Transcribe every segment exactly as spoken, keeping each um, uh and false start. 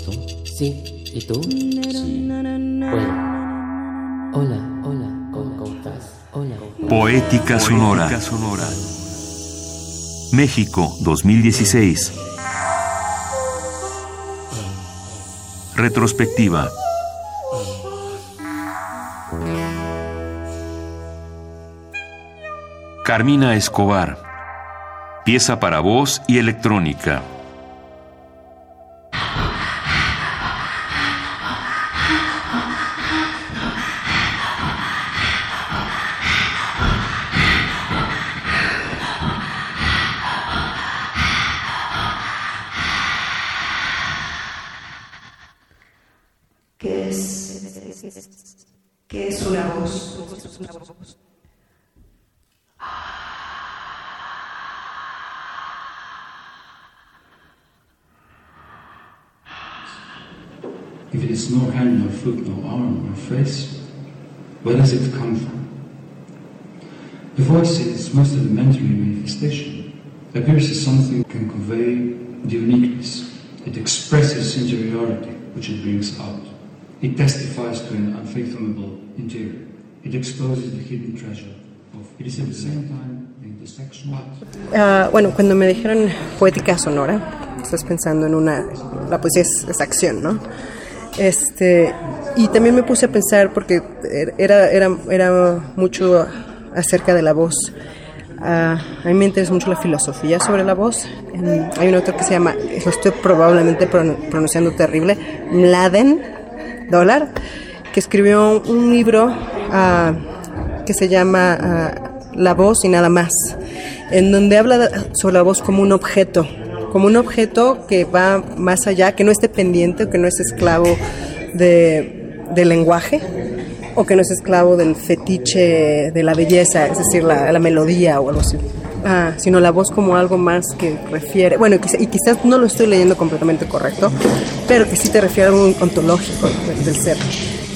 listo? Sí. ¿Y tú? Sí. Bueno. Hola, hola, ¿cómo estás? Hola. Poética Sonora. Poética Sonora. México dos mil dieciséis. Retrospectiva. Carmina Escobar. Pieza para voz y electrónica. ¿Qué es, qué es una voz? If it is no hand, no foot, no arm, no face, where does it come from? The voice in its most elementary manifestation appears as something that can convey the uniqueness. It expresses interiority, which it brings out. It testifies to an unfathomable interior. It exposes the hidden treasure of it is at the same time the intersection. Uh, bueno, cuando me dijeron poética sonora, estás pensando en una... La poesía es, es acción, ¿no? Este, y también me puse a pensar, porque era, era, era mucho acerca de la voz. Uh, a mí me interesa mucho la filosofía sobre la voz. Um, hay un autor que se llama, lo estoy probablemente pronunciando terrible, Mladen Dolar, que escribió un libro uh, que se llama uh, La voz y nada más, en donde habla sobre la voz como un objeto, como un objeto que va más allá, que no es dependiente, que no es esclavo de, del lenguaje, o que no es esclavo del fetiche de la belleza, es decir, la, la melodía o algo así. Ah, sino la voz como algo más que refiere, bueno, y quizás no lo estoy leyendo completamente correcto, pero que sí te refiere a algo ontológico del, del ser.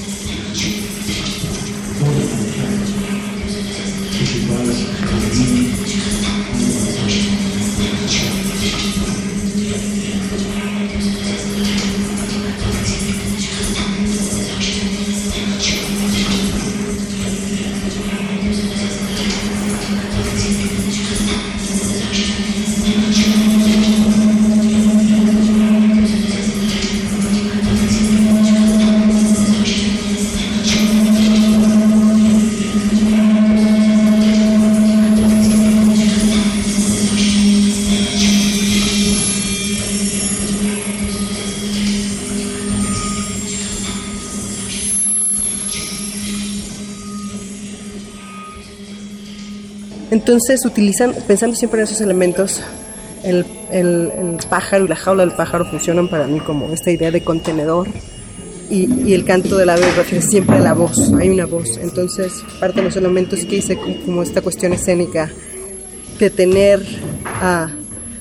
Entonces, utilizan, pensando siempre en esos elementos, el, el, el pájaro y la jaula del pájaro funcionan para mí como esta idea de contenedor, y, y el canto del ave refiere siempre a la voz, hay una voz. Entonces, parte de los elementos que hice como, como esta cuestión escénica de tener a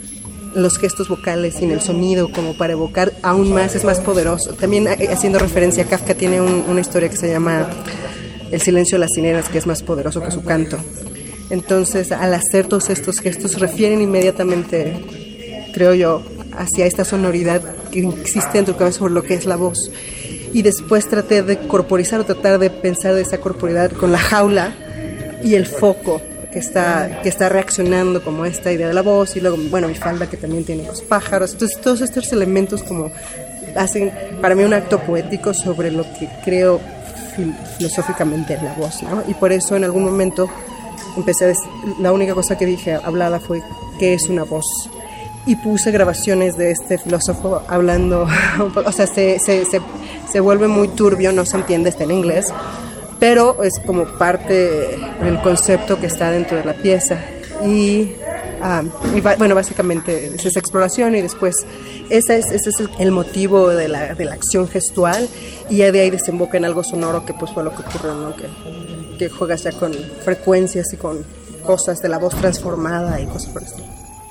los gestos vocales y en el sonido como para evocar aún más, es más poderoso. También haciendo referencia a Kafka, tiene un, una historia que se llama El silencio de las sirenas, que es más poderoso que su canto. Entonces, al hacer todos estos gestos, refieren inmediatamente, creo yo, hacia esta sonoridad que existe en tu cabeza sobre lo que es la voz. Y después traté de corporizar o tratar de pensar de esa corporidad con la jaula y el foco que está, que está reaccionando como esta idea de la voz, y luego, bueno, mi falda que también tiene los pájaros. Entonces, todos estos elementos como hacen para mí un acto poético sobre lo que creo fil- filosóficamente es la voz, ¿no? Y por eso en algún momento empecé a decir, la única cosa que dije hablada fue ¿qué es una voz? Y puse grabaciones de este filósofo hablando, o sea, se, se, se, se vuelve muy turbio, no se entiende, está en inglés, pero es como parte del concepto que está dentro de la pieza. Y, um, y va, bueno, básicamente es esa exploración, y después ese es, ese es el motivo de la, de la acción gestual, y ya de ahí desemboca en algo sonoro, que pues fue lo que ocurrió, ¿no? Que, que juegas ya con frecuencias y con cosas de la voz transformada y cosas por el estilo.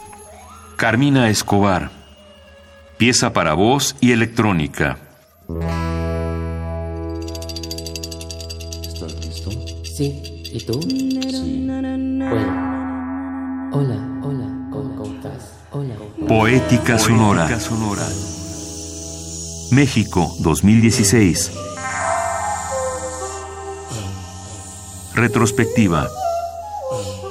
Carmina Escobar. Pieza para voz y electrónica. ¿Estás listo? Sí. ¿Y tú? Sí. Bueno. Hola, hola, ¿cómo estás? Hola. Poética Sonora. Poética Sonora. México dos mil dieciséis. Retrospectiva.